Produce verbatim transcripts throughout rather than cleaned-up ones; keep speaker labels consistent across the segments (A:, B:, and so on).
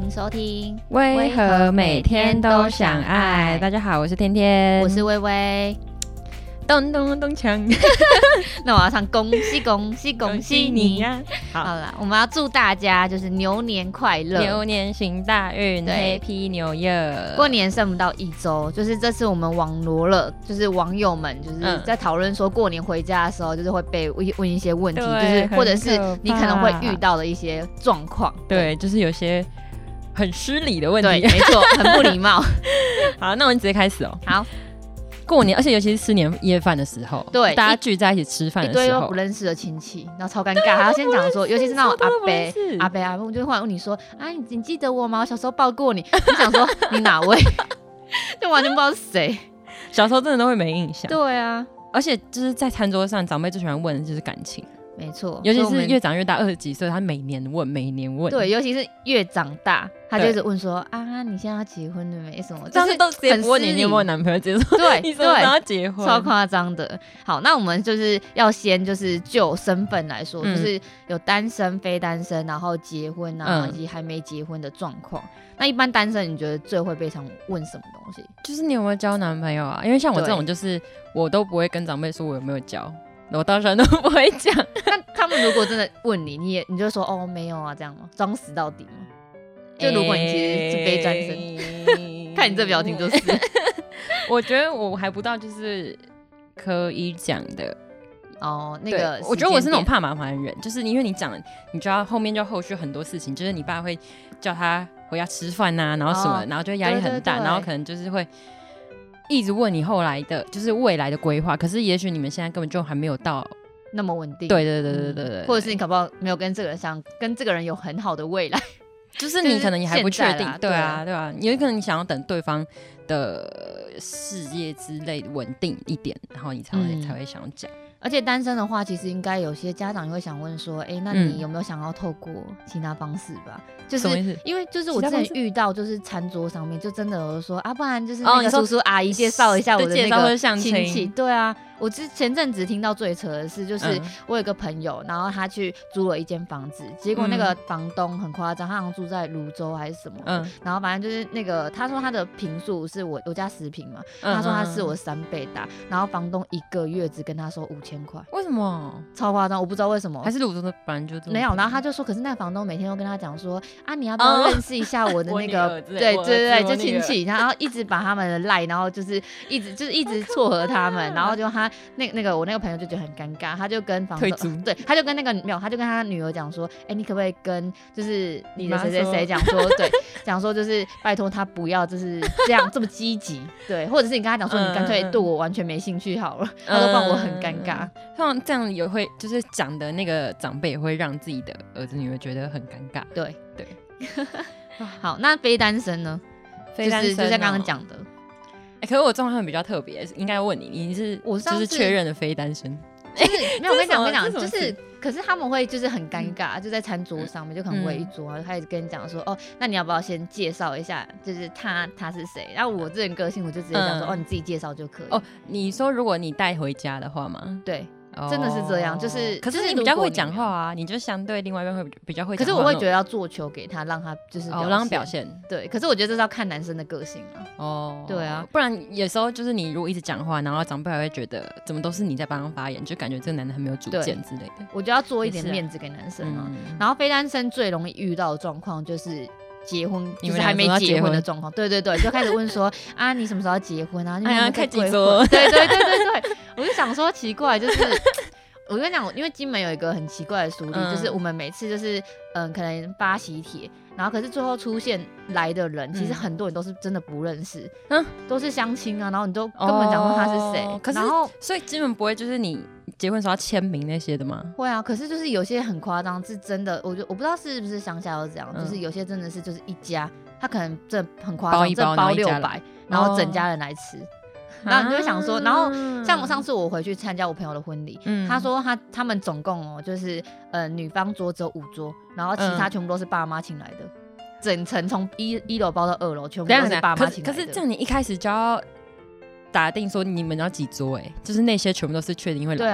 A: 迎收听
B: 为何每天都想爱。大家好，我是天天，
A: 我是微微。
B: 咚咚咚锵
A: 那我要唱恭喜恭喜恭喜你呀、啊！好了，我们要祝大家就是牛年快乐，
B: 牛年行大运 ，Happy New Year！
A: 过年剩不到一周，就是这次我们网罗了，就是网友们就是在讨论说，过年回家的时候就是会被问一些问题，就是或者是你可能会遇到的一些状况，
B: 对，就是有些很失礼的问题，
A: 对，没错，很不礼貌。
B: 好，那我们直接开始哦。
A: 好。
B: 过年，而且尤其是吃年夜饭的时候，对，大家聚在一起吃饭的时候，
A: 一堆又不认识的亲戚，然后超尴尬，还要先讲说，尤其是那种阿伯、阿伯、阿伯，就忽然问你说：“啊，你你记得我吗？我小时候抱过你。”你想说你哪位？就完全不知道是谁。
B: 小时候真的都会没印象。
A: 对啊，
B: 而且就是在餐桌上，长辈最喜欢问的就是感情。
A: 没错，
B: 尤其是越长越大，二十几岁，他每年问，每年问。
A: 对，尤其是越长大，他就一直问说啊，你现在要结婚了没？什么？
B: 但是都直接不问你你有没有男朋友，直接说
A: 对，
B: 你什么时候要结婚？
A: 超夸张的。好，那我们就是要先就是就身份来说，嗯、就是有单身、非单身，然后结婚啊，嗯、以及还没结婚的状况。那一般单身，你觉得最会被常问什么东西？
B: 就是你有没有交男朋友啊？因为像我这种，就是我都不会跟长辈说我有没有交。我到现在都不会讲。
A: 那他们如果真的问你，你也你就说哦没有啊，这样吗？装死到底吗？就如果你其实是非单身，欸、看你这表情就是。
B: 我觉得我还不到就是可以讲的
A: 哦。那个
B: 我觉得我是那种怕麻烦的人，就是因为你讲了，你就要后面就后续很多事情，就是你爸会叫他回家吃饭啊，然后什么，哦、然后就压力很大，对对对，然后可能就是会。一直问你后来的，就是未来的规划，可是也许你们现在根本就还没有到
A: 那么稳定。
B: 对对对对对 对, 對、嗯，
A: 或者是你搞不好没有跟这个人想跟这个人有很好的未来，
B: 就是你可能你还不确定，对啊对啊，有可能你想要等对方的事业之类稳定一点，然后你才会、嗯、才会想讲。
A: 而且单身的话，其实应该有些家长也会想问说，哎、欸，那你有没有想要透过其他方式吧？嗯、就是因为就是我之前遇到，就是餐桌上面就真的有说啊，不然就是那个叔叔阿姨介绍一下我的那个亲戚，对啊。我之前阵子听到最扯的是，就是我有个朋友，然后他去租了一间房子，结果那个房东很夸张，他好像住在泸州还是什么，嗯，然后反正就是那个他说他的坪数是我我家十坪嘛，嗯、他说他是我三倍大，然后房东一个月只跟他收五千块，
B: 为什么？
A: 超夸张，我不知道为什么，
B: 还是泸州的本来就
A: 没有，然后他就说，可是那个房东每天都跟他讲说啊，你要不要认识一下我的那个，哦、对对对，就亲戚，然后一直把他们的赖，然后就是一直就是一直撮合他们，然后就他那那个我。那个朋友就觉得很尴尬，他就跟房东对，他就跟那个没有，他就跟他女儿讲说，哎、欸，你可不可以跟就是你的谁谁谁讲说，对，讲说就是拜托他不要就是这样这么积极，对，或者是你跟他讲说，你干脆对我完全没兴趣好了，嗯、他都让我很尴尬。
B: 像这样也会就是讲的那个长辈也会让自己的儿子女儿觉得很尴尬。
A: 对
B: 对，
A: 好，那非单身呢？非单身、哦、就是就像刚刚讲的。
B: 欸、可是我状况比较特别，应该问你，你是我就是确认的非单身？
A: 就是没有，我跟你讲，我跟你讲，就是，可是他们会就是很尴尬，嗯、就在餐桌上面就可能围一桌，然后开始跟你讲说，哦，那你要不要先介绍一下，就是他他是谁？然后我这人个性，我就直接讲说，嗯、哦，你自己介绍就可以。
B: 哦，你说如果你带回家的话吗？
A: 对。真的是这样，就是，
B: 可是你比较会讲话啊，你就相对另外一边会比较会讲话。
A: 可是我会觉得要做球给他，让他就是
B: 哦，让他表现。
A: 对，可是我觉得这是要看男生的个性啊。哦，对啊，
B: 不然有时候就是你如果一直讲话，然后长辈还会觉得怎么都是你在帮他发言，就感觉这个男的很没有主见之类的。
A: 我觉得要做一点面子给男生嘛。嗯、然后非单身最容易遇到的状况就是。结婚就是还没结婚的状况，对对对，就开始问说啊，你什么时候要结婚啊？你们开几桌？对对对对对，我就想说奇怪，就是我跟你讲，因为金门有一个很奇怪的俗例，嗯、就是我们每次就是嗯，可能发喜帖，然后可是最后出现来的人，嗯、其实很多人都是真的不认识，嗯，都是相亲啊，然后你都根本讲不出他是谁，哦、
B: 可是然后所以金门不会就是你。结婚时候要签名那些的吗？
A: 会啊，可是就是有些很夸张，是真的，我就我不知道是不是乡下都这样，嗯、就是有些真的是就是一家，他可能真的很夸张，这包六百，然后整家人来吃，哦、然后你就会想说，然后像我上次我回去参加我朋友的婚礼，嗯、他说他他们总共哦，就是呃女方桌只有五桌，然后其他全部都是爸妈请来的，嗯、整层从一一楼包到二楼，全部都是爸妈请来的。
B: 可是可是这样你一开始就要打定说你们要几桌，哎，就是那些全部都是确定会来的。
A: 对啊，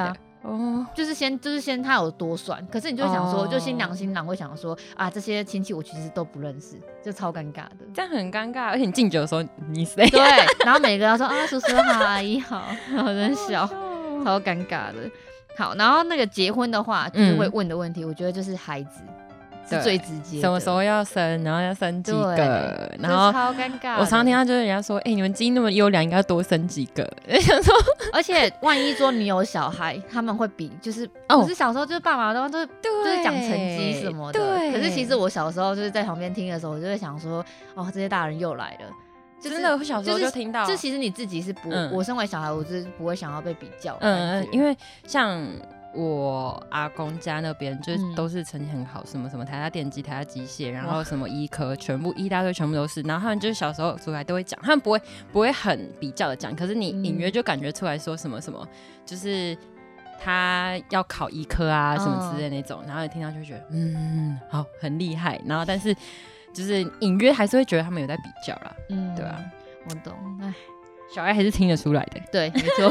A: 哦，就是先就是先他有多算，可是你就想说，哦、就新娘新郎会想说啊，这些亲戚我其实都不认识，就超尴尬的。
B: 这样很尴尬，而且你敬酒的时候你谁？
A: 对，然后每个人都说啊，叔叔好，阿姨好，然后在笑，超尴尬的。好，然后那个结婚的话，就是会问的问题，嗯、我觉得就是孩子。是最直接的，
B: 什么时候要生，然后要生几个，然后
A: 超尴尬。
B: 我常常听到就是人家说，哎、欸，你们基因那么优良，应该多生几个。想说，
A: 而且万一说你有小孩，他们会比就是，哦、可是小时候就是爸妈都都就是讲成绩什么的，可是其实我小时候就是在旁边听的时候，我就会想说，哦，这些大人又来了。就是、
B: 真的，我小时候就听到，
A: 就其实你自己是不，嗯、我身为小孩，我是不会想要被比较。
B: 嗯嗯，因为像。我阿公家那边就是都是成绩很好，嗯、什么什么台大电机、台大机械，然后什么医科，全部一大堆，全部都是。然后他们就是小时候出来都会讲，他们不会不会很比较的讲，可是你隐约就感觉出来说什么什么，就是他要考医科啊什么之类的那种。嗯、然后你听到就会觉得嗯好很厉害，然后但是就是隐约还是会觉得他们有在比较啦，嗯，对吧、啊？
A: 我懂，哎，
B: 小孩还是听得出来的，
A: 对，没错。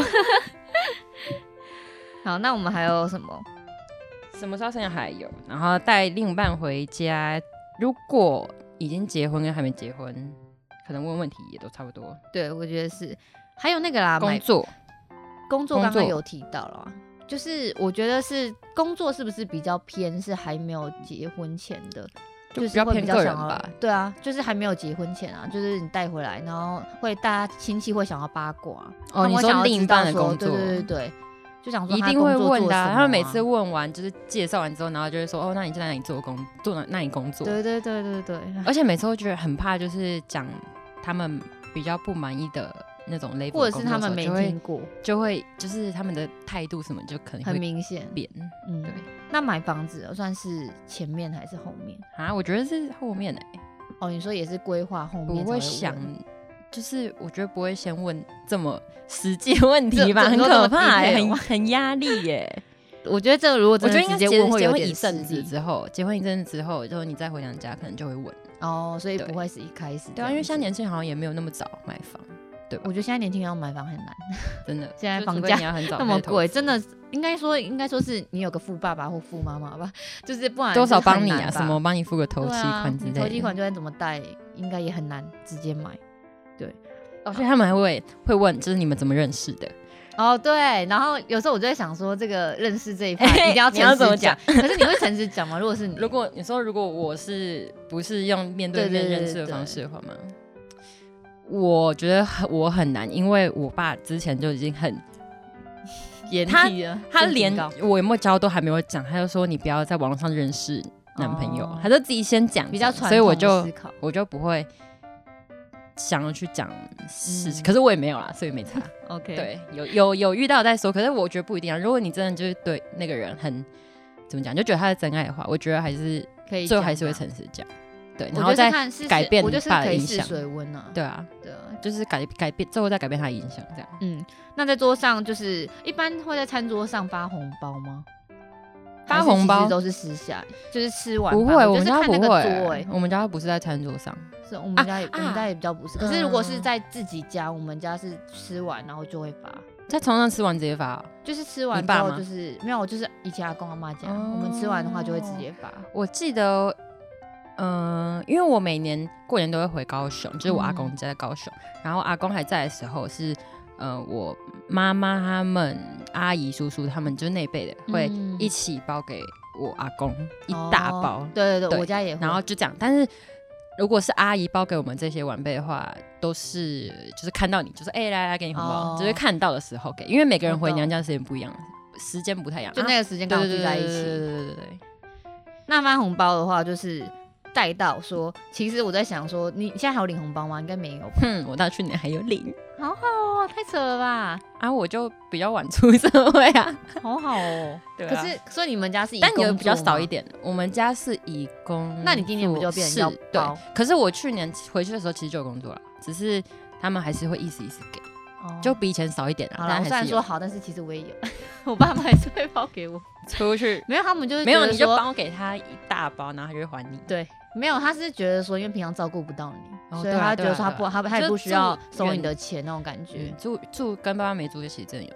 A: 好，那我们还有什么？
B: 什么时候生小孩有？然后带另一半回家，如果已经结婚跟还没结婚，可能问问题也都差不多。
A: 对，我觉得是。还有那个啦，
B: 工作，
A: 工作刚刚有提到了，就是我觉得是工作是不是比较偏是还没有结婚前的，
B: 就比较偏个人吧。
A: 对啊，就是还没有结婚前啊，就是你带回来，然后会大家亲戚会想要八卦。
B: 哦，你说另一半的工作，
A: 对对对对。就想说
B: 一定会问的、啊，他们每次问完就是介绍完之后，然后就会说哦，那你在哪里做工，做哪哪里工作？
A: 对对对对对。
B: 而且每次都觉得很怕，就是讲他们比较不满意的那种 label，
A: 或者是他们没听过，
B: 就会就是他们的态度什么就可能会
A: 很明显
B: 变。嗯，对。
A: 那买房子算是前面还是后面
B: 啊？我觉得是后面哎、欸。
A: 哦，你说也是规划后面才会，
B: 不会想。就是我觉得不会先问这么实际的问题吧，很可怕、欸，很很压力耶、欸。
A: 我觉得这个如果真的直接问会有点
B: 一阵子之后，结婚一阵子之后，之后你再回娘家可能就会问
A: 哦，所以不会是一开始。
B: 对啊，因为现在年轻人好像也没有那么早买房，对吧？
A: 我觉得现在年轻人要买房很难，
B: 真的。
A: 现在房价那么贵，真的应该说应该说是你有个富爸爸或富妈妈吧，就是不然
B: 多少帮你啊，什么帮你付个头期款之类的，
A: 头期款就算怎么贷，应该也很难直接买，对。
B: 哦，所以他们还会会问，就是你们怎么认识的？
A: 哦，对，然后有时候我就在想说，这个认识这一趴一定要诚实讲，可是你会诚实讲吗？如果是你，
B: 如果你说如果我是不是用面对面认识的方式的话吗？我觉得我很难，因为我爸之前就已经很
A: 严厉了，
B: 他连我有没有交都还没有讲，他就说你不要在网络上认识男朋友，哦、他就自己先讲，
A: 比较传统
B: 所以我就我就不会。想要去讲事情、嗯，可是我也没有啦，所以没差。
A: OK，
B: 对，有有有遇到再说，可是我觉得不一定啊。如果你真的就是对那个人很怎么讲，就觉得他是真爱的话，我觉得还是可以，最后还是会诚实讲。对，然后再改变他的影响。
A: 水温啊，
B: 对啊，对啊，就是改改变，最后再改变他的影响，这样。
A: 嗯，那在桌上就是一般会在餐桌上发红包吗？
B: 发红包
A: 都是私下，就是吃完
B: 不会，我们家不会、
A: 欸，
B: 我们家不是在餐桌上，
A: 是我们家也、啊、我们家也比较不是。可是如果是在自己家，我们家是吃完然后就会发，
B: 在床上吃完直接发、哦，
A: 就是吃完之后就是没有，就是以前阿公阿妈家、哦，我们吃完的话就会直接发。
B: 我记得，嗯、呃，因为我每年过年都会回高雄，就是我阿公家在高雄，嗯、然后阿公还在的时候是。呃，我妈妈他们阿姨叔叔他们就是那辈的会一起包给我阿公、嗯、一大包、哦，
A: 对对对，我家也会，
B: 然后就这样。但是如果是阿姨包给我们这些晚辈的话，都是就是看到你就是哎、欸、来来给你红包，哦、就是看到的时候给，因为每个人回娘家的时间不一样，时间不太一样，
A: 就那个时间刚好聚在一起。
B: 对对对对对对。
A: 那发红包的话就是。带到说，其实我在想说，你现在还有领红包吗？应该没有吧。
B: 哼，我到去年还有领，
A: 好好哦，太扯了吧！
B: 啊，我就比较晚出社会啊，
A: 好好哦。对、啊，可是所以你们家是以
B: 但你们比较少一点，我们家是以工，
A: 那你今年不就变成要包？
B: 对，可是我去年回去的时候其实就有工作了，只是他们还是会意思意思给。哦、就比以前少一点啊。
A: 好了，我虽然说好，但是其实我也有，我爸妈还是会包给我
B: 出去。
A: 没有，他们就是
B: 没有，你就包给他一大包，然后他就会还你。
A: 对，没有，他是觉得说，因为平常照顾不到你，哦、所以他觉得说他不，他他也不需要收你的钱那种感觉。
B: 住住跟爸爸没住，其实真的有差。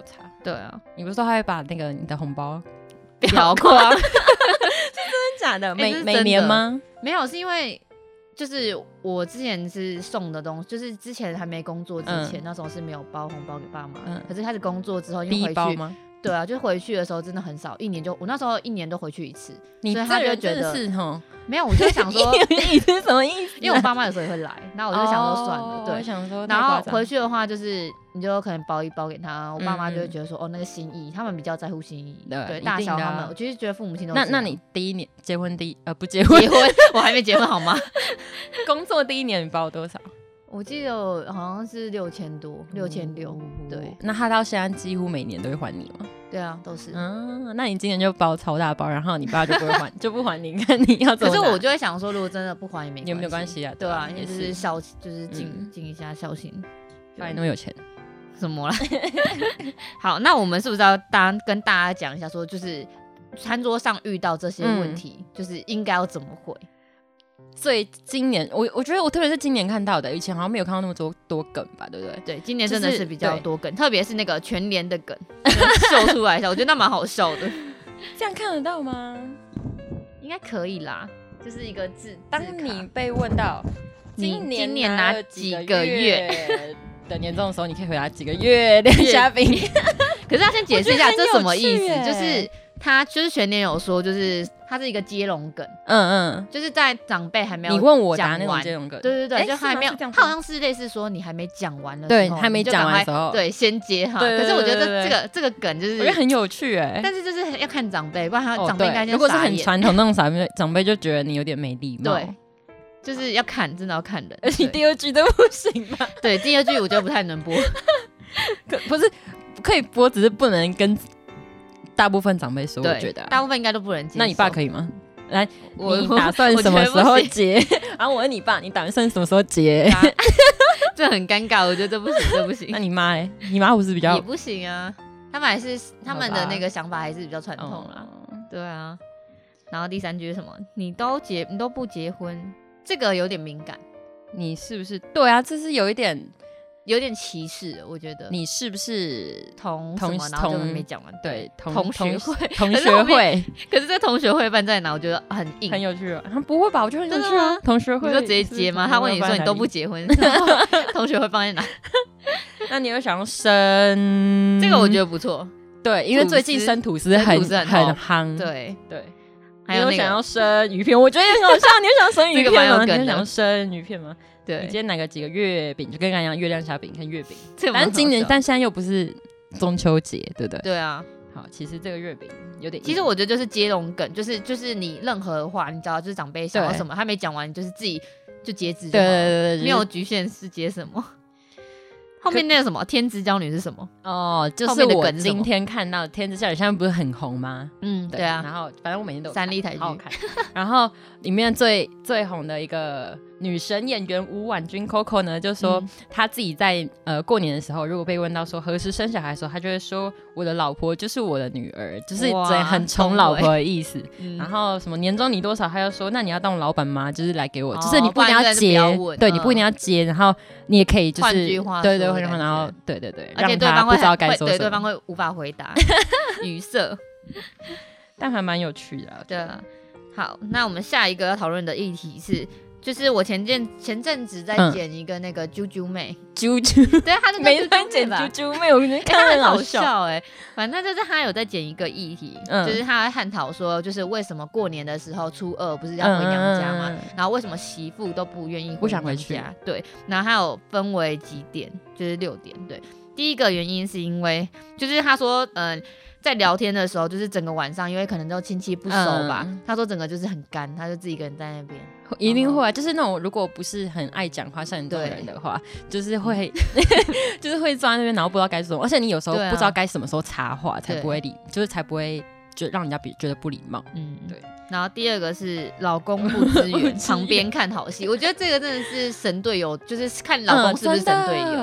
A: 对啊，
B: 你不是说他会把那个你的红包
A: 裱框？是真
B: 的假的？每、欸、每年吗？
A: 没有，是因为就是我之前是送的东西，就是之前还没工作之前，嗯、那时候是没有包红包给爸妈、嗯。可是开始工作之后，因为回去，第一包吗？对啊，就回去的时候真的很少，一年就我那时候一年都回去一次，
B: 你
A: 所以他就觉得
B: 是齁。
A: 没有，我就想说
B: 你是什么意思？
A: 因为我爸妈有时候也会来，然后我就想说算了，哦、对，
B: 我想说，
A: 然后回去的话就是你就可能包一包给他，我爸妈就会觉得说、嗯、哦那个心意，他们比较在乎心意，对，对大小他们，我其实觉得父母亲都是
B: 那那你第一年结婚第一呃不结婚
A: 结婚我还没结婚好吗？
B: 工作第一年你包多少？
A: 我记得好像是六千多，六千六。对，
B: 那他到现在几乎每年都会还你吗？
A: 对啊，都是。
B: 嗯，那你今年就包超大包，然后你爸就不会还，就不还你，看你要怎么？
A: 可是我就会想说，如果真的不还也没关系，
B: 也没有关系啊，
A: 对啊，也是孝，就是尽尽、嗯、一下孝心。
B: 爸你那么有钱，
A: 什么啦？好，那我们是不是要大家跟大家讲一下，说就是餐桌上遇到这些问题，嗯、就是应该要怎么回？
B: 所以今年我我觉得我特别是今年看到的，以前好像没有看到那么多多梗吧，对不对？
A: 对，今年真的是比较多梗，特别是那个全联的梗秀出来一下，我觉得那蛮好笑的。
B: 这样看得到吗？
A: 应该可以啦，就是一个字。
B: 当你被问到今年
A: 今年拿几个月
B: 的年终的时候，你可以回答几个月亮虾饼。
A: 可是要先解释一下这什么意思，就是他就是全联有说，就是它是一个接龙梗，嗯嗯，就是在长辈还没有
B: 你问我答那种接龙梗，
A: 对对对，就还没有，他好像是类似说你还没讲完的
B: 时候，对，还没讲完的时候，
A: 对，先接哈。可是我觉得这个这个梗就是
B: 我觉得很有趣哎，
A: 但是就是要看长辈，不然他长辈应该先傻眼。
B: 如果是很传统那种长辈，长辈就觉得你有点没礼貌。
A: 对，就是要看，真的要看人。
B: 而且第二句都不行吧？
A: 对，第二句我觉得不太能播，
B: 可不是可以播，只是不能跟大部分长辈说，我觉得、啊、
A: 大部分应该都不能接受。
B: 那你爸可以吗？来，你打算什么时候结？然后我问你爸，你打算什么时候结？
A: 这很尴尬，我觉得这不行，这不行。
B: 那你妈嘞？你妈不是比较
A: 也不行啊？他们还是他们的那个想法还是比较传统啦。对啊。然后第三句是什么？你都结，你都不结婚，这个有点敏感。
B: 你是不是？对啊，这是有一点。
A: 有点歧视，我觉得。
B: 你是不是
A: 同什么？然后就没讲完。
B: 对，
A: 同学会，
B: 同学会。
A: 可是这同学会办在哪？我觉得很硬，
B: 很有趣啊。不会吧？我觉得很有趣啊。同学会，
A: 你就直接接吗？他问你说你都不结婚，同学会放在哪？
B: 那你有想要生？
A: 这个我觉得不错。
B: 对，因为最近生吐司很很夯。
A: 对对。
B: 还有想要生鱼片，我觉得也很好笑。你有想要生鱼片吗？你有想要生鱼片吗？对，你今天拿个几个月饼，就跟刚刚一样，月亮虾饼跟月饼。反正今年，但现在又不是中秋节，对不对？
A: 对啊。
B: 好，其实这个月饼有点……
A: 其实我觉得就是接龙梗，就是就是你任何话，你知道，就是长辈想要什么，他没讲完，你就是自己就截止就好了。对对对，没有局限是接什么。后面那个什么天之娇女是什么？
B: 哦，就是我今天看到天之娇女，现在不是很红吗？
A: 嗯，对啊。
B: 然后反正我每天都有
A: 三立台剧，
B: 好好看。然后里面最最红的一个女神演员吴婉君 Coco 呢，就说她自己在呃过年的时候，如果被问到说何时生小孩的时候，她就会说我的老婆就是我的女儿，就是很宠老婆的意思。嗯、然后什么年终你多少，她就说那你要当老板吗？就是来给我，哦、就是你不一定要接，对、嗯、你不一定要接，然后你也可以就是
A: 换句话说
B: 对对，然后对对对，
A: 而且对方会不知道该说什么，对对方会无法回答，语塞，
B: 但还蛮有趣的、啊。
A: 对啊，好，那我们下一个要讨论的议题是。就是我前阵前阵子在剪一个那个啾啾妹，
B: 啾啾，
A: 对，他就
B: 每天剪啾啾妹，我觉得看得很好笑
A: 哎、欸。反正就是他有在剪一个议题，嗯、就是他在探讨说，就是为什么过年的时候初二不是要回娘家嘛、嗯，然后为什么媳妇都不愿意回娘家？对，然后他有分为几点，就是六点。对，第一个原因是因为，就是他说，嗯、呃。在聊天的时候，就是整个晚上，因为可能都亲戚不熟吧、嗯，他说整个就是很干，他就自己一个人在那边，
B: 一定会啊，就是那种如果不是很爱讲话、善言动人的话，就是会就是会坐在那边，然后不知道该说什么，而且你有时候不知道该什么时候插话，才不会理，就是才不会就让人家觉得不礼貌。嗯，对。
A: 然后第二个是老公不支援，旁边看好戏，我觉得这个真的是神队友，就是看老公是不是神队友。嗯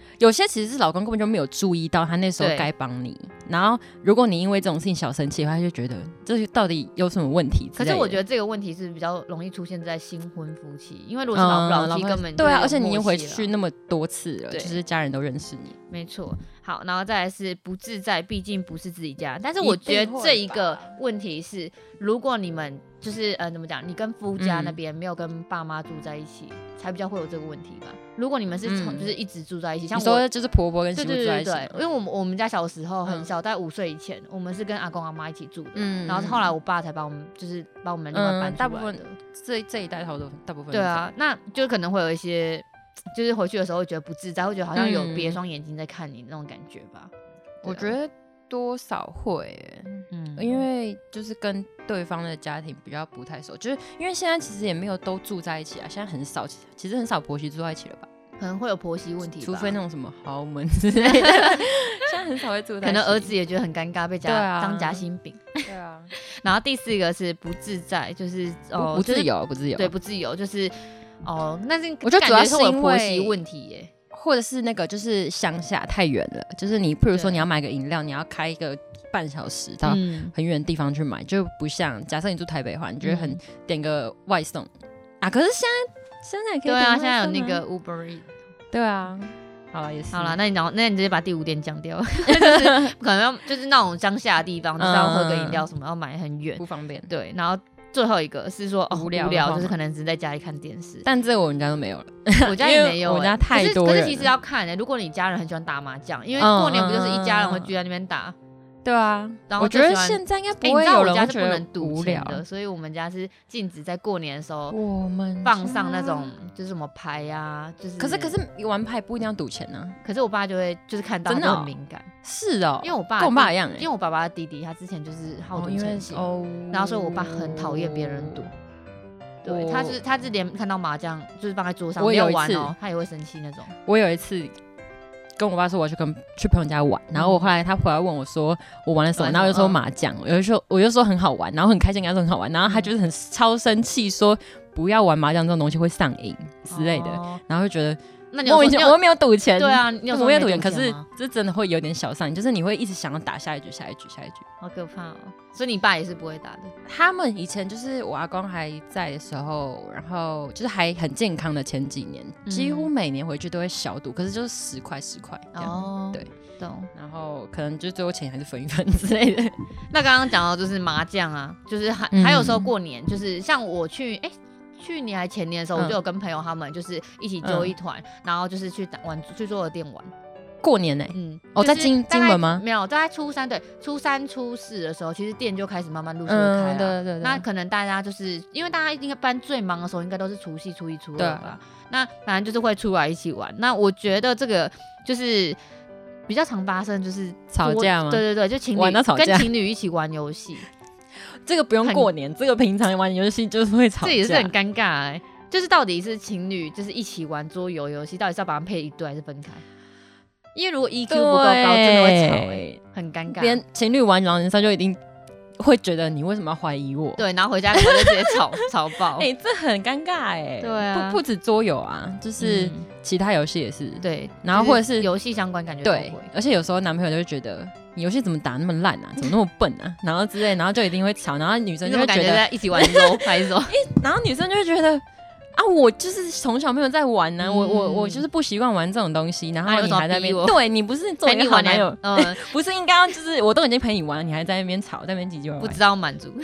B: 有些其实是老公根本就没有注意到他那时候该帮你，然后如果你因为这种事情小生气的话，他就觉得这到底有什么问题之类的。
A: 可是我觉得这个问题是比较容易出现在新婚夫妻，因为如果是老夫老妻、嗯、根本就
B: 对啊，而且你已经回去那么多次了，就是家人都认识你。
A: 没错。好，然后再来是不自在，毕竟不是自己家。但是我觉得这一个问题是，如果你们就是呃怎么讲，你跟夫家那边没有跟爸妈住在一起，嗯、才比较会有这个问题吧。如果你们是从、嗯、就是一直住在一起，像我
B: 你说就是婆婆跟媳妇住在一起，对
A: 对对对，因为我们我们家小时候很小，在五岁以前，我们是跟阿公阿妈一起住的，嗯，然后后来我爸才把我们就是把我们另外搬出来的。嗯、大部分
B: 这这一代差不多，大部分
A: 对啊，那就可能会有一些，就是回去的时候会觉得不自在，会觉得好像有别双眼睛在看你那种感觉吧。嗯啊、
B: 我觉得多少会、欸，嗯，因为就是跟对方的家庭比较不太熟，就是因为现在其实也没有都住在一起啊，现在很少，其实很少婆媳住在一起了吧。
A: 可能会有婆媳问题吧，
B: 除非那种什么豪门之类的，现在很少会住在一起。
A: 可能儿子也觉得很尴尬，被夹、啊、当夹心饼。
B: 对啊。
A: 然后第四个是不自在，就是哦
B: 不自由，不自由，
A: 对，不自由，就是哦，那是
B: 我觉得主要是
A: 有婆媳问题耶，
B: 或者是那个就是乡下太远了，就是你譬如说你要买个饮料，你要开一个半小时到很远的地方去买，嗯、就不像假设你住台北的话，你觉得很、嗯、点个外送啊，可是现在。现在可以
A: 对啊，现在有那个 Uber Eats。
B: 对啊，好了也是。
A: 好了，那你那你直接把第五点讲掉，就是可能要就是那种乡下的地方，就是要喝个饮料什么，要买很远，
B: 不方便。
A: 对，然后最后一个是说、哦、无聊，无聊就是可能只是在家里看电视。
B: 但这个我们家都没有了，
A: 我家也没有、欸，
B: 我家太多人了。
A: 可是可是其实要看的、欸，如果你家人很喜欢打麻将，因为过年不就是一家人会聚在那边打。嗯
B: 对啊，
A: 然后
B: 我觉得现在应该不会有人会觉得无聊
A: 的，所以我们家是禁止在过年的时候我们放上那种就是什么牌啊，就是
B: 可是可是玩牌不一定要赌钱啊。
A: 可是我爸就会就是看到他就很敏感，
B: 是哦，
A: 因为我爸
B: 跟我爸一样、欸，
A: 因为我爸爸的弟弟他之前就是好赌成性、哦，然后所以我爸很讨厌别人赌。对，他是他是连看到麻将就是放在桌上没有玩哦，他也会生气那种。
B: 我有一次。跟我爸说我要去跟去朋友家玩，然后我后来他回来问我说我玩了什么，然后我就说麻将，我就说我就说很好玩，然后很开心跟他说很好玩，然后他就是很超生气说不要玩麻将这种东西会上瘾之类的，哦、然后就觉得
A: 那你有我
B: 以前我没有赌钱，
A: 对啊，你有
B: 我没有赌钱，可是这真的会有点小上瘾，就是你会一直想要打下一局下一局下一局，
A: 好可怕哦。所以你爸也是不会打的。
B: 他们以前就是我阿公还在的时候，然后就是还很健康的前几年，嗯、几乎每年回去都会小赌，可是就是十块十块这样，哦，对，
A: 懂。
B: 然后可能就最后钱还是分一分之类的。
A: 那刚刚讲到就是麻将啊，就是还、嗯、还有时候过年，就是像我去哎。欸去年还前年的时候，我就有跟朋友他们就是一起揪一团、嗯，然后就是去玩去桌游店玩。
B: 过年呢、欸？嗯，哦，在金金门吗？
A: 没有，大概初三对，初三初四的时候，其实店就开始慢慢陆续的开了、嗯。对对 对, 對。那可能大家就是因为大家应该班最忙的时候，应该都是除夕、初一、初二吧。那反正就是会出来一起玩。那我觉得这个就是比较常发生，就是
B: 吵架吗？
A: 对对对，就情侣
B: 玩到吵架，
A: 跟情侣一起玩游戏。
B: 这个不用过年，这个平常玩游戏就是会吵架，
A: 这也是很尴尬哎、欸。就是到底是情侣就是一起玩桌游游戏，到底是要把它们配一对还是分开？因为如果 E Q 不够高，真的会吵哎、欸，很尴尬。
B: 连情侣玩狼人杀就一定会觉得你为什么要怀疑我？
A: 对，然后回家可能就直接吵吵爆。
B: 哎、欸，这很尴尬哎、欸。对啊，不不止桌游啊，就是其他游戏也是。
A: 对，
B: 然后或者是
A: 游戏相关感觉都会。
B: 对，而且有时候男朋友就会觉得。你游戏怎么打那么烂啊？怎么那么笨啊？然后之类，然后就一定会吵，然后女生就会觉得
A: 觉在一起玩肉拍手，
B: 然后女生就会觉得啊，我就是从小没有在玩呢、啊嗯，我我我就是不习惯玩这种东西，然后你还在那边，对你不是做一个好男友，嗯，不是应该要就是我都已经陪你玩了，你还在那边吵，在那边唧唧歪歪，
A: 不知道满足。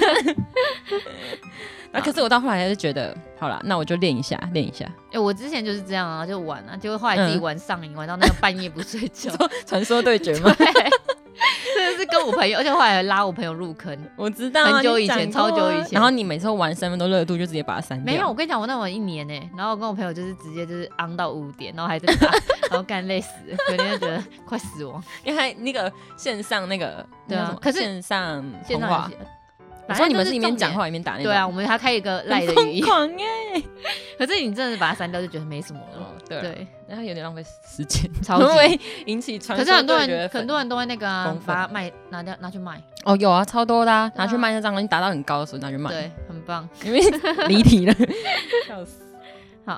B: 啊！可是我到后来还是觉得，好啦，那我就练一下，练一下。
A: 哎、欸，我之前就是这样啊，就玩啊，结果后来自己玩上瘾、嗯，玩到那个半夜不睡觉。
B: 传说对决吗？
A: 对，真的是跟我朋友，而且后来还拉我朋友入坑。
B: 我知道、啊，
A: 很久以前，超久以前。
B: 然后你每次玩三分钟热度，就直接把它删掉。
A: 没有，我跟你讲，我那玩一年呢、欸，然后我跟我朋友就是直接就是昂到五点，然后还在打，然后干累死了，有点就觉得快死亡。
B: 因为那个线上那个，
A: 对啊，可是
B: 线上
A: 线上游戏。
B: 我说你们是一边讲话一边打那种，
A: 对啊，我们还开一个赖的语音，
B: 疯狂耶！
A: 可是你真的把它删掉，就觉得没什么了。
B: 哦、对,
A: 对，
B: 然后有点浪费时间，
A: 超级
B: 会引起传说。
A: 可是很多人很多人都会那个、啊、把它卖拿掉拿去卖。
B: 哦，有啊，超多的、啊，拿去卖那张东西达到很高的时候拿去卖，
A: 对，很棒。
B: 因为离题了，笑死。
A: 好，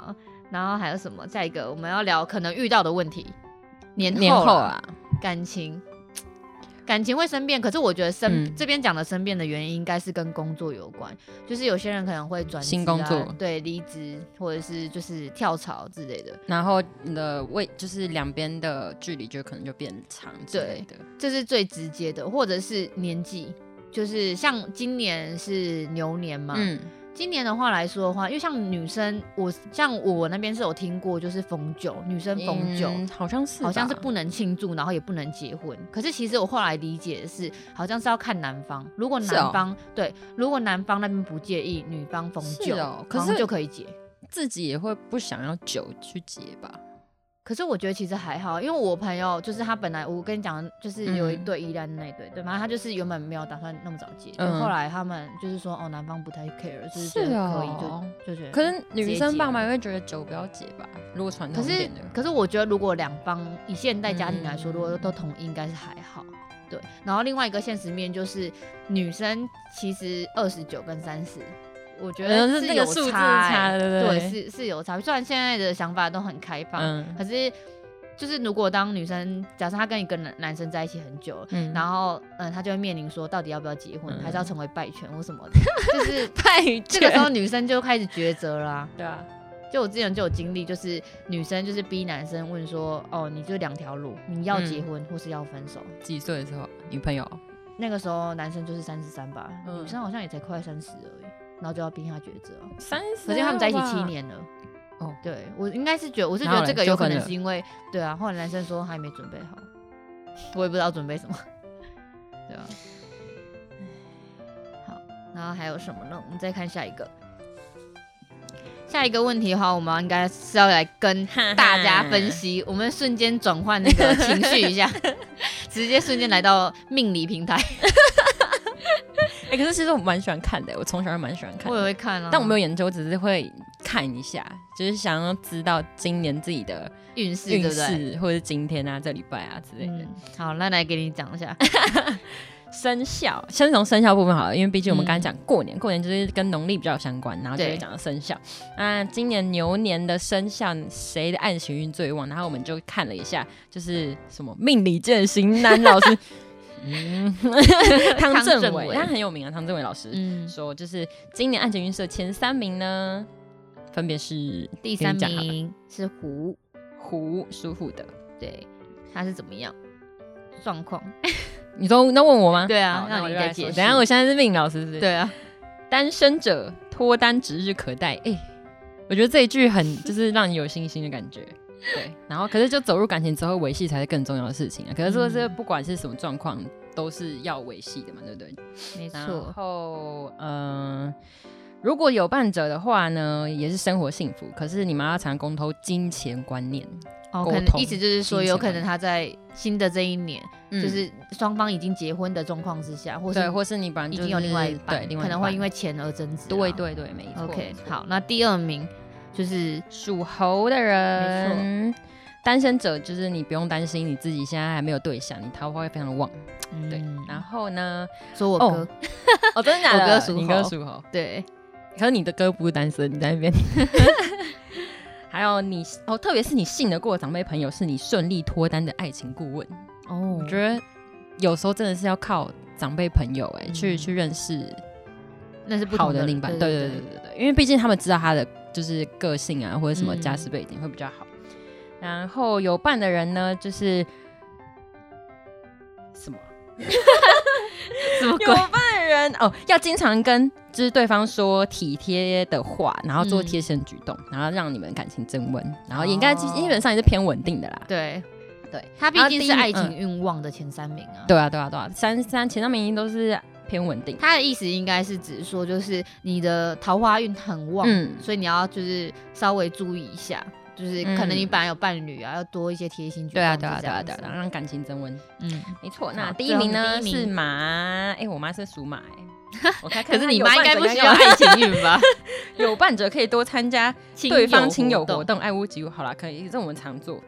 A: 然后还有什么？下一个我们要聊可能遇到的问题，年后,
B: 年后啊，
A: 感情。感情会生变，可是我觉得生、
B: 嗯、
A: 这边讲的生变的原因应该是跟工作有关，就是有些人可能会转职、啊、
B: 新工作，
A: 对，离职或者是就是跳槽之类的，
B: 然后你的位就是两边的距离就可能就变长之类的，
A: 这是最直接的，或者是年纪，就是像今年是牛年嘛，嗯。今年的话来说的话，因为像女生，我像我那边是有听过，就是逢九，女生逢九、
B: 嗯，好像是
A: 好像是不能庆祝，然后也不能结婚。可是其实我后来理解的是，好像是要看男方，如果男方、哦、对，如果男方那边不介意，女方逢九，
B: 哦，
A: 可是就可以结。
B: 自己也会不想要酒去结吧？
A: 可是我觉得其实还好，因为我朋友就是他本来我跟你讲，就是有一对宜兰那一对，对吗？他就是原本没有打算那么早结，嗯、后来他们就是说哦，男方不太 care， 就是觉得可以就、哦、就觉得。
B: 可是女生爸妈也会觉得酒不要结吧？如果传统一点的。
A: 可是可是我觉得如果两方以现代家庭来说，嗯、如果都同意，应该是还好。对，然后另外一个现实面就是女生其实二十九跟三十。我觉得是有差、欸，
B: 差对对
A: 对，是是有差。虽然现在的想法都很开放，嗯、可是就是如果当女生，假设她跟一个男生在一起很久了，嗯、然后嗯，她就会面临说，到底要不要结婚，嗯、还是要成为败犬或什么的，就是
B: 败犬。
A: 这个时候女生就开始抉择啦、啊。
B: 对啊，
A: 就我之前就有经历，就是女生就是逼男生问说，哦，你就两条路，你要结婚、嗯、或是要分手。
B: 几岁的时候，女朋友？
A: 那个时候男生就是三十三吧，嗯、女生好像也才快三十而已。然后就要逼他抉择，
B: 三十，
A: 可是他们在一起七年了。哦，对，我应该是觉得，我是觉得这个有可能是因为，对啊，后来男生说他还没准备好，我也不知道准备什么，对啊。好，然后还有什么呢？我们再看下一个，下一个问题的话，我们应该是要来跟大家分析，我们瞬间转换那个情绪一下，直接瞬间来到命理平台。
B: 哎、欸，可是其实我蛮喜欢看的，我从小就蛮喜欢看的。
A: 我也会看啊，
B: 但我没有研究，我只是会看一下，就是想要知道今年自己的
A: 运势，对不对？
B: 或者是今天啊、这礼拜啊之类的。嗯、
A: 好，那来给你讲一下
B: 生肖，先从生肖部分好了，因为毕竟我们刚才讲过年，嗯、过年就是跟农历比较相关，然后就会讲到生肖。那今年牛年的生肖谁的爱情运最旺？然后我们就看了一下，就是什么命理界的型男老师。嗯，汤政伟，他很有名啊。汤政伟老师、嗯、说，就是今年爱情运势前三名呢，分别是
A: 第三名是虎，
B: 虎属虎的，
A: 对，他是怎么样状况？
B: 你都那问我吗？
A: 对啊，那你再解释。
B: 等一下，我现在是命老师，是不是？
A: 对啊，
B: 单身者脱单指日可待。哎、欸，我觉得这一句很就是让你有信心的感觉。对，然后可是就走入感情之后，维系才是更重要的事情啊。可是说这不管是什么状况，都是要维系的嘛，对不对？
A: 没错。
B: 然后，嗯、呃，如果有伴者的话呢，也是生活幸福。可是你们要常沟通金钱观念。
A: 哦，可能意思就是说，有可能他在新的这一年，嗯、就是双方已经结婚的状况之下，或是
B: 对，或是你本来、就是、
A: 已经有另外一半，
B: 对，另外一半
A: 可能会因为钱而争执、啊。
B: 对对对，没错。
A: OK， 好，那第二名。就是
B: 属猴的人，单身者就是你不用担心你自己现在还没有对象，你桃花会非常的旺。嗯、对，然后呢，
A: 说我哥，
B: 哦，哦真的假的？
A: 我哥属猴，
B: 你哥属猴，
A: 对。
B: 可是你的哥不是单身，你在那边。还有你哦，特别是你信得过的长辈朋友，是你顺利脱单的爱情顾问。哦，我觉得有时候真的是要靠长辈朋友哎、欸嗯，去去认识，
A: 那是不同
B: 的另一半。对对对对对对，因为毕竟他们知道他的。就是个性啊，或者什么家世背景会比较好。嗯、然后有伴的人呢，就是什么什么有伴的人哦，要经常跟就是对方说体贴的话，然后做贴心举动、嗯，然后让你们感情增温，然后应该基本上也是偏稳定的啦。
A: 对对，他毕竟是爱情运旺的前三名啊。
B: 对啊对啊对啊，三三前三名都是。偏稳定，
A: 他的意思应该是指说，就是你的桃花运很旺、嗯，所以你要就是稍微注意一下，就是可能你本来有伴侣啊，嗯、要多一些贴心举动。
B: 对啊，对啊，对啊，对啊，让感情增温。嗯，没错。那第一名呢是马，哎、欸，我妈是属马、欸，我看看可
A: 是你妈应该不需要爱情运吧？
B: 有伴者可以多参加对方亲友活动，爱屋及乌。好啦，可以，这我们常做。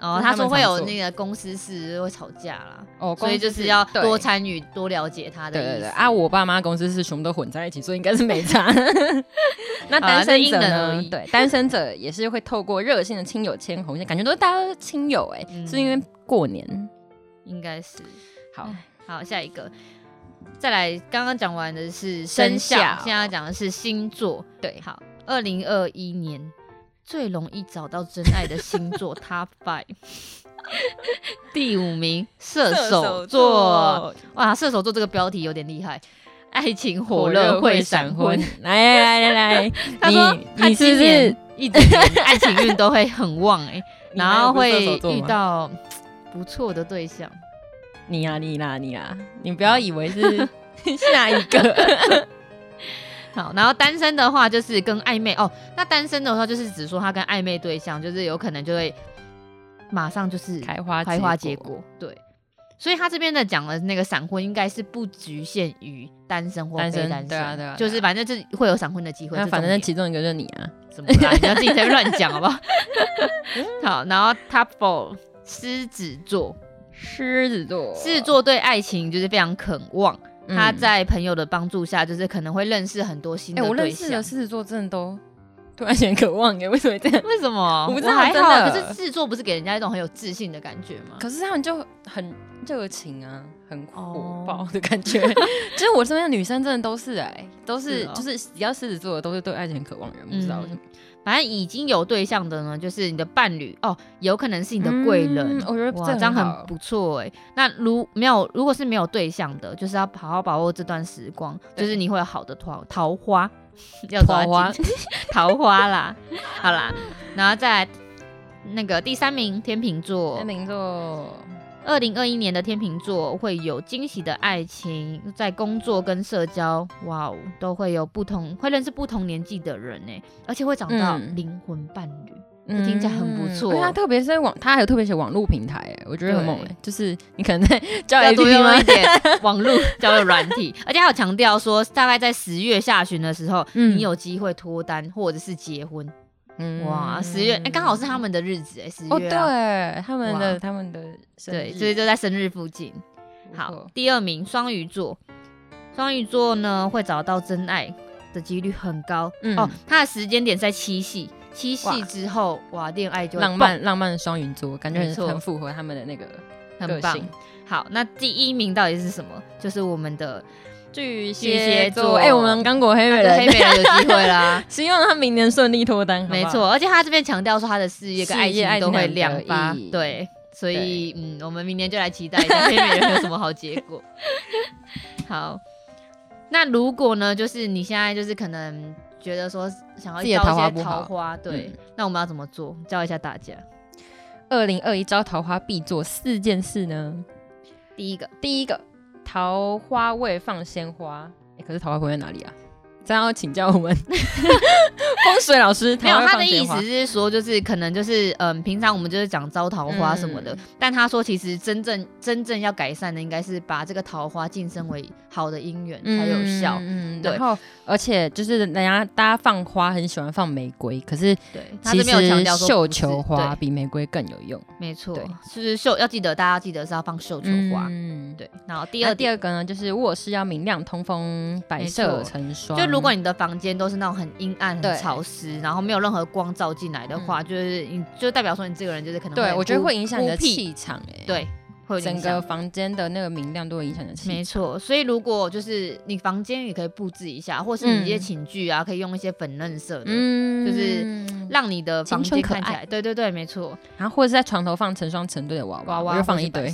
A: 哦，他说会有那个公司事会吵架啦，哦，所以就是要多参与、多了解他的意思。对对对啊，
B: 我爸妈公司事全部都混在一起，所以应该是没差。那单身者呢？对，单身者也是会透过热心的亲友牵红线，感觉都是大家都是亲友哎、欸嗯，是因为过年，
A: 应该是。
B: 好，
A: 好，下一个。再来，刚刚讲完的是生肖，现在讲的是星座。对，好，二零二一年最容易找到真爱的星座 Top Five， 第五名射手座。哇，射手座这个标题有点厉害，爱情火热会闪婚。
B: 来来来来，
A: 他说他今年一整年爱情运都会很旺哎、欸，然后会遇到不错的对象。
B: 你啊你啦你啦，你不要以为是下一个。
A: 好，然后单身的话就是跟暧昧哦，那单身的话就是指说他跟暧昧对象，就是有可能就会马上就是
B: 开花
A: 开花结果，对。所以他这边的讲的那个闪婚，应该是不局限于单身或非单身，单身
B: 对啊对啊，
A: 就是反正就是会有闪婚的机会。
B: 那反正其中一个就是你啊，
A: 怎么啦？你要自己在乱讲好不好？好，然后 Top Four 狮子座。
B: 狮子座，
A: 狮子座对爱情就是非常渴望、嗯，他在朋友的帮助下，就是可能会认识很多新的对象。欸、
B: 我认识的狮子座真的都对爱情渴望耶，为什么这样？
A: 为什么？
B: 我不知道，
A: 还好。可是狮子座不是给人家一种很有自信的感觉吗？
B: 可是他们就很热情啊，很火爆的感觉。哦、就是我身边的女生真的都是哎、欸，都是, 是、哦、就是只要狮子座的都是对爱情很渴望的人，不知道为什么。嗯，
A: 反正已经有对象的呢，就是你的伴侣哦，有可能是你的贵人、嗯，
B: 我觉得
A: 哇，这样很不错哎。那如没有，如果是没有对象的，就是要好好把握这段时光，就是你会有好的桃桃花，
B: 要桃花
A: 桃花啦，好啦，然后再来那个第三名天秤座，
B: 天秤座。
A: 二零二一年的天秤座会有惊喜的爱情，在工作跟社交，哇哦，都会有不同，会认识不同年纪的人呢，而且会找到灵魂伴侣，嗯、听起来很不错。
B: 他特别是网，他还有特别写网络平台，哎，我觉得很猛哎，就是你可能在交友 A P P 吗？
A: 一点网络交友软体，而且还有强调说，大概在十月下旬的时候，嗯、你有机会脱单或者是结婚。嗯、哇，十月哎，刚、欸、好是他们的日子哎，十月、啊、
B: 哦，对，他们的他们的
A: 对，所以就在生日附近。好，第二名双鱼座，双鱼座呢会找到真爱的几率很高、嗯、哦，他的时间点在七夕，七夕之后哇，恋爱就
B: 浪漫浪漫的双鱼座，感觉 很, 很符合他们的那个个性，很棒。
A: 好，那第一名到底是什么？就是我们的。
B: 巨蟹座，哎、欸，我们刚果黑美人，
A: 黑美人有机会啦，
B: 希望他明年顺利脱单。
A: 没错，而且他这边强调说他的事业跟爱情都会两发，对，所以嗯，我们明年就来期待一下黑美人有什么好结果。好，那如果呢，就是你现在就是可能觉得说想要招一些桃花，桃花对、嗯，那我们要怎么做？教一下大家。
B: 二零二一招桃花必做四件事呢？
A: 第一个，
B: 第一个。桃花位放鲜花、欸，可是桃花会在哪里啊？这样要请教我们风水老师。
A: 没有，他的意思是说，就是可能就是嗯，平常我们就是讲招桃花什么的、嗯，但他说其实真正真正要改善的，应该是把这个桃花晋升为好的姻缘才有效。嗯，对。然后
B: 而且就是人家大家放花很喜欢放玫瑰，可是其实绣球花比玫瑰更有用。
A: 没错，就是绣要记得，大家记得是要放绣球花。嗯，对。然后第二
B: 第二个呢，就是卧室要明亮通风，摆设成双。
A: 就如果你的房间都是那种很阴暗、很潮湿，然后没有任何光照进来的话，嗯、就是你就代表说你这个人就是可能会
B: 对我觉得会影响你的气场，哎，
A: 对，会
B: 整个房间的那个明亮都会影响你的气场。
A: 没错，所以如果就是你房间也可以布置一下，或是你一些寝具啊，嗯、可以用一些粉嫩色的，嗯、就是让你的房间看起来，对对对，没错。
B: 然后或者是在床头放成双成对的娃娃，我就放一堆。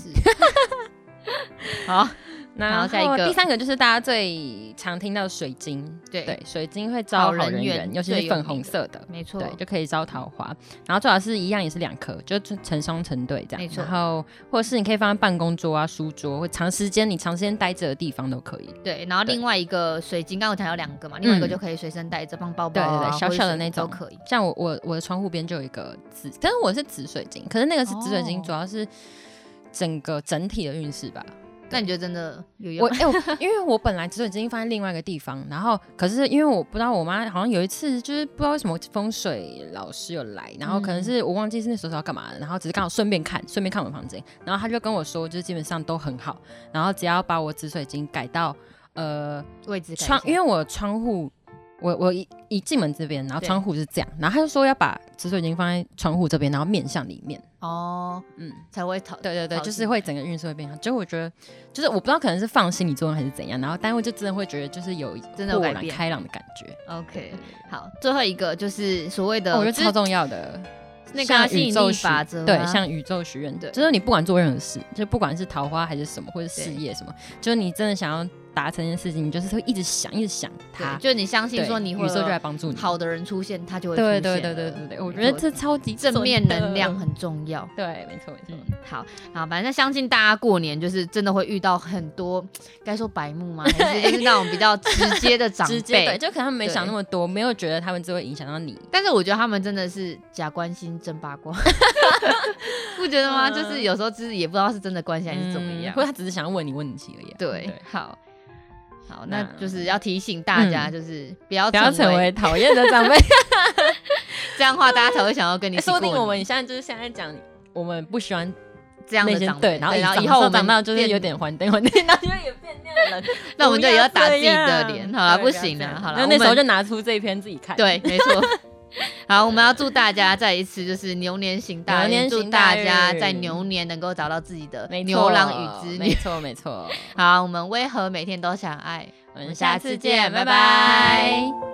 A: 好。
B: 然后下一个第三个就是大家最常听到的水晶， 对, 对水晶会招好人缘，尤其是粉红色的，
A: 没错，
B: 对，就可以招桃花。然后最好是一样也是两颗，就成双成对这样，没错。然后或者是你可以放在办公桌啊、书桌，或长时间你长时间待着的地方都可以。
A: 对，然后另外一个水晶，刚刚我讲有两个嘛，另外一个就可以随身带着，放包包啊，
B: 对对对，小小的那种
A: 都可以。
B: 像我我我的窗户边就有一个紫，但是我是紫水晶，可是那个是紫水晶，主要是整个整体的运势吧。
A: 那你觉得真的有用？
B: 我哎、欸，因为我本来紫水晶放在另外一个地方，然后可是因为我不知道我妈好像有一次就是不知道为什么风水老师有来，然后可能是我忘记是那时候是要干嘛的，然后只是刚好顺便看顺便看我的房间，然后他就跟我说就是基本上都很好，然后只要把我紫水晶改到呃
A: 位置
B: 窗，因为我窗户。我我一一进门这边，然后窗户是这样，然后他就说要把紫水晶放在窗户这边，然后面向里面
A: 哦，嗯，才会讨
B: 对对对，就是会整个运势会变好。结果我觉得，就是我不知道可能是放心理作用还是怎样，然后单位就真的会觉得就是有
A: 真的
B: 豁然开朗的感觉。
A: OK， 好，最后一个就是所谓的，
B: 哦、我觉得超重要的。
A: 那个吸引力法则、啊，
B: 对，像宇宙许愿，就是你不管做任何事，就不管是桃花还是什么，或者事业什么，就是你真的想要达成一件事情，你就是会一直想，一直想它，
A: 就你相信说你会，
B: 宇宙就来帮助你，
A: 好的人出现，他就会出现。
B: 对对对对对对，我觉得这超级
A: 正面能量很重要。
B: 对，没错没错、
A: 嗯。好，好，反正相信大家过年就是真的会遇到很多，该说白目吗？还是就是那种比较直接的长辈？
B: 对，就可能他们没想那么多，没有觉得他们就会影响到你。
A: 但是我觉得他们真的是假关心真八卦。不觉得吗？就是有时候就是也不知道是真的关系还是怎么样，
B: 嗯、或者他只是想要问你问题而已、啊。
A: 对，对好，好，那就是要提醒大家，就是不要
B: 不要成为讨厌的长辈，
A: 这样的话大家才会想要跟你一起过年。
B: 说不定我们现在就是现在讲，我们不喜欢
A: 这样的长辈，
B: 对，然后然后以后我们长到就是有点还灯还灯，然后就也变那人，
A: 那我们就也要打自己的脸。好了，不行了，好了，
B: 那时候就拿出这一篇自己看。
A: 对，没错。好，我们要祝大家再一次就是牛年行大运，祝大家在牛年能够找到自己的牛郎与织女。
B: 没错没错。
A: 好，我们为何每天都想爱？
B: 我们下次见，拜拜。